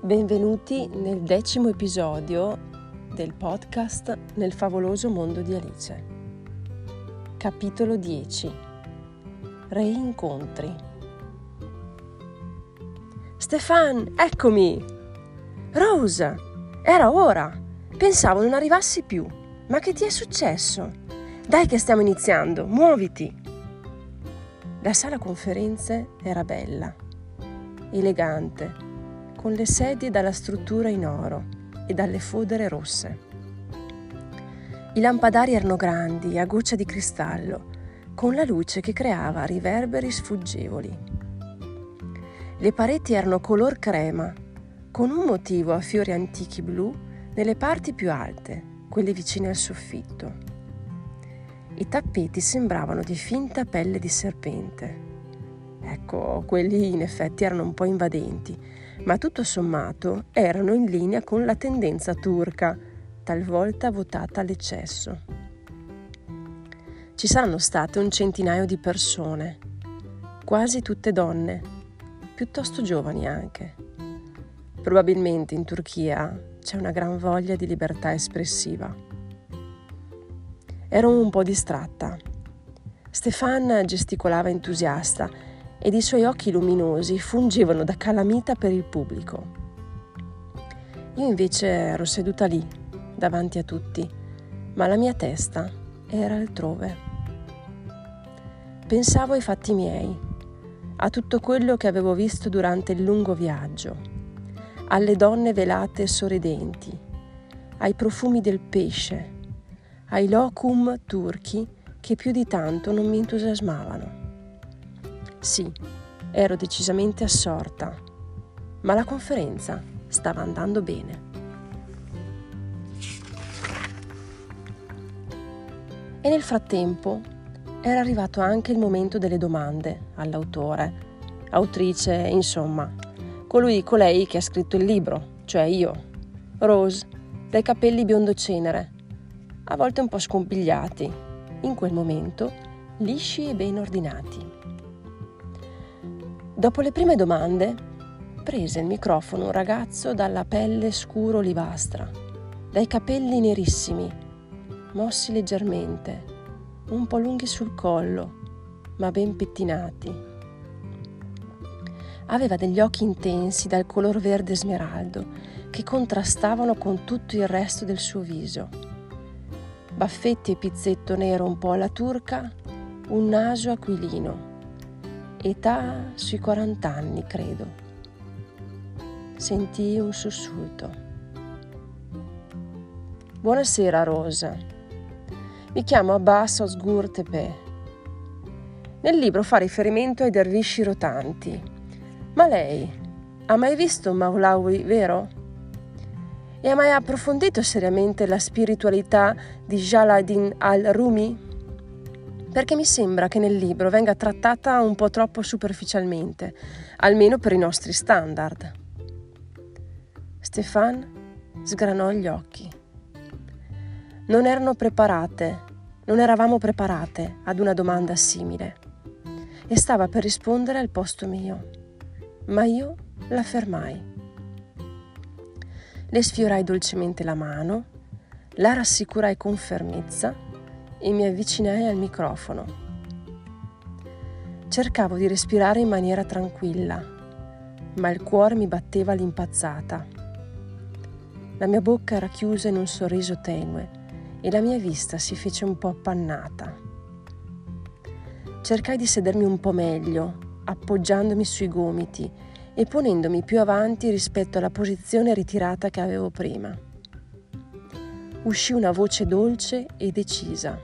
Benvenuti nel 10° episodio del podcast Nel favoloso mondo di Alice. Capitolo 10. Reincontri. Stefan, eccomi! Rose, era ora! Pensavo non arrivassi più. Ma che ti è successo? Dai che stiamo iniziando, muoviti! La sala conferenze era bella, elegante, con le sedie dalla struttura in oro e dalle fodere rosse. I lampadari erano grandi, a goccia di cristallo, con la luce che creava riverberi sfuggevoli. Le pareti erano color crema, con un motivo a fiori antichi blu nelle parti più alte, quelle vicine al soffitto. I tappeti sembravano di finta pelle di serpente. Ecco, quelli in effetti erano un po' invadenti, ma tutto sommato erano in linea con la tendenza turca, talvolta votata all'eccesso. Ci saranno state un centinaio di persone, quasi tutte donne, piuttosto giovani anche. Probabilmente in Turchia c'è una gran voglia di libertà espressiva. Ero un po' distratta. Stefan gesticolava entusiasta ed i suoi occhi luminosi fungevano da calamita per il pubblico. Io invece ero seduta lì, davanti a tutti, ma la mia testa era altrove. Pensavo ai fatti miei, a tutto quello che avevo visto durante il lungo viaggio, alle donne velate e sorridenti, ai profumi del pesce, ai locum turchi che più di tanto non mi entusiasmavano. Sì, ero decisamente assorta, ma la conferenza stava andando bene. E nel frattempo era arrivato anche il momento delle domande all'autore, autrice, insomma, colei che ha scritto il libro, cioè io, Rose, dai capelli biondo cenere, a volte un po' scompigliati, in quel momento lisci e ben ordinati. Dopo le prime domande, prese il microfono un ragazzo dalla pelle scuro olivastra, dai capelli nerissimi, mossi leggermente, un po' lunghi sul collo, ma ben pettinati. Aveva degli occhi intensi dal color verde smeraldo che contrastavano con tutto il resto del suo viso. Baffetti e pizzetto nero un po' alla turca, un naso aquilino. Età sui 40 anni, credo. Sentii un sussulto. Buonasera, Rosa. Mi chiamo Abbas Ozgur Tepe. Nel libro fa riferimento ai dervisci rotanti. Ma lei ha mai visto Maulawi, vero? E ha mai approfondito seriamente la spiritualità di Jalaluddin al-Rumi? Perché mi sembra che nel libro venga trattata un po' troppo superficialmente, almeno per i nostri standard. Stefan sgranò gli occhi. Non eravamo preparate ad una domanda simile e stava per rispondere al posto mio, ma io la fermai. Le sfiorai dolcemente la mano, la rassicurai con fermezza e mi avvicinai al microfono. Cercavo di respirare in maniera tranquilla, ma il cuore mi batteva all'impazzata. La mia bocca era chiusa in un sorriso tenue e la mia vista si fece un po' appannata. Cercai di sedermi un po' meglio, appoggiandomi sui gomiti e ponendomi più avanti rispetto alla posizione ritirata che avevo prima. Uscì una voce dolce e decisa.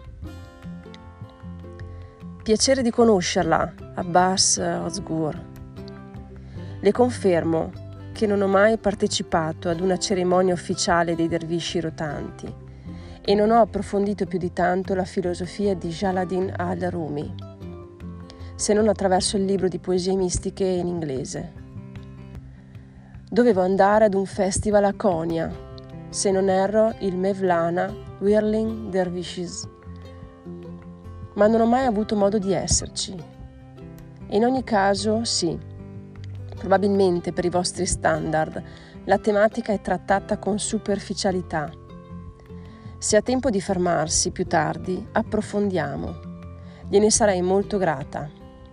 Piacere di conoscerla, Abbas Ozgur. Le confermo che non ho mai partecipato ad una cerimonia ufficiale dei dervisci rotanti e non ho approfondito più di tanto la filosofia di Jalaluddin al-Rumi, se non attraverso il libro di poesie mistiche in inglese. Dovevo andare ad un festival a Konya, se non erro il Mevlana Whirling Dervishes, ma non ho mai avuto modo di esserci. In ogni caso, sì, probabilmente per i vostri standard La tematica è trattata con superficialità. Se ha tempo di fermarsi più tardi, approfondiamo. Gliene sarei molto grata.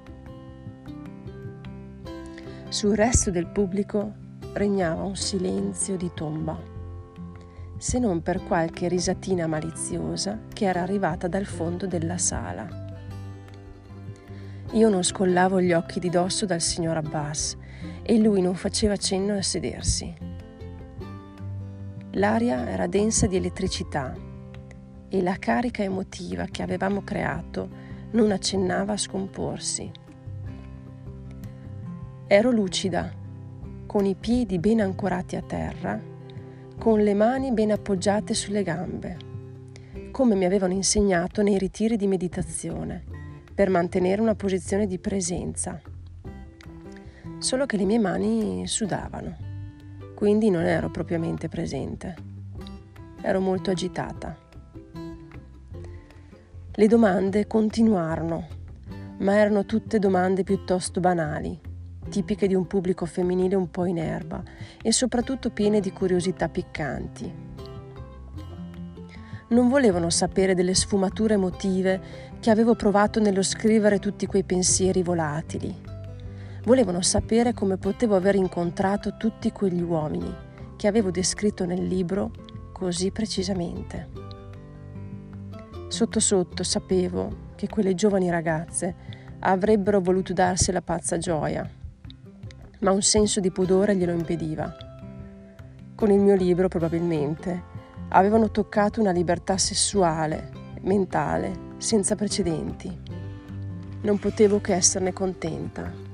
Sul resto del pubblico regnava un silenzio di tomba, se non per qualche risatina maliziosa che era arrivata dal fondo della sala. Io non scollavo gli occhi di dosso dal signor Abbas e lui non faceva cenno a sedersi. L'aria era densa di elettricità e la carica emotiva che avevamo creato non accennava a scomporsi. Ero lucida, con i piedi ben ancorati a terra, con le mani ben appoggiate sulle gambe, come mi avevano insegnato nei ritiri di meditazione, per mantenere una posizione di presenza. Solo che le mie mani sudavano, quindi non ero propriamente presente. Ero molto agitata. Le domande continuarono, ma erano tutte domande piuttosto banali, tipiche di un pubblico femminile un po' in erba e soprattutto piene di curiosità piccanti. Non volevano sapere delle sfumature emotive che avevo provato nello scrivere tutti quei pensieri volatili. Volevano sapere come potevo aver incontrato tutti quegli uomini che avevo descritto nel libro così precisamente. Sotto sotto sapevo che quelle giovani ragazze avrebbero voluto darsi la pazza gioia, ma un senso di pudore glielo impediva. Con il mio libro, probabilmente, avevano toccato una libertà sessuale, mentale, senza precedenti. Non potevo che esserne contenta.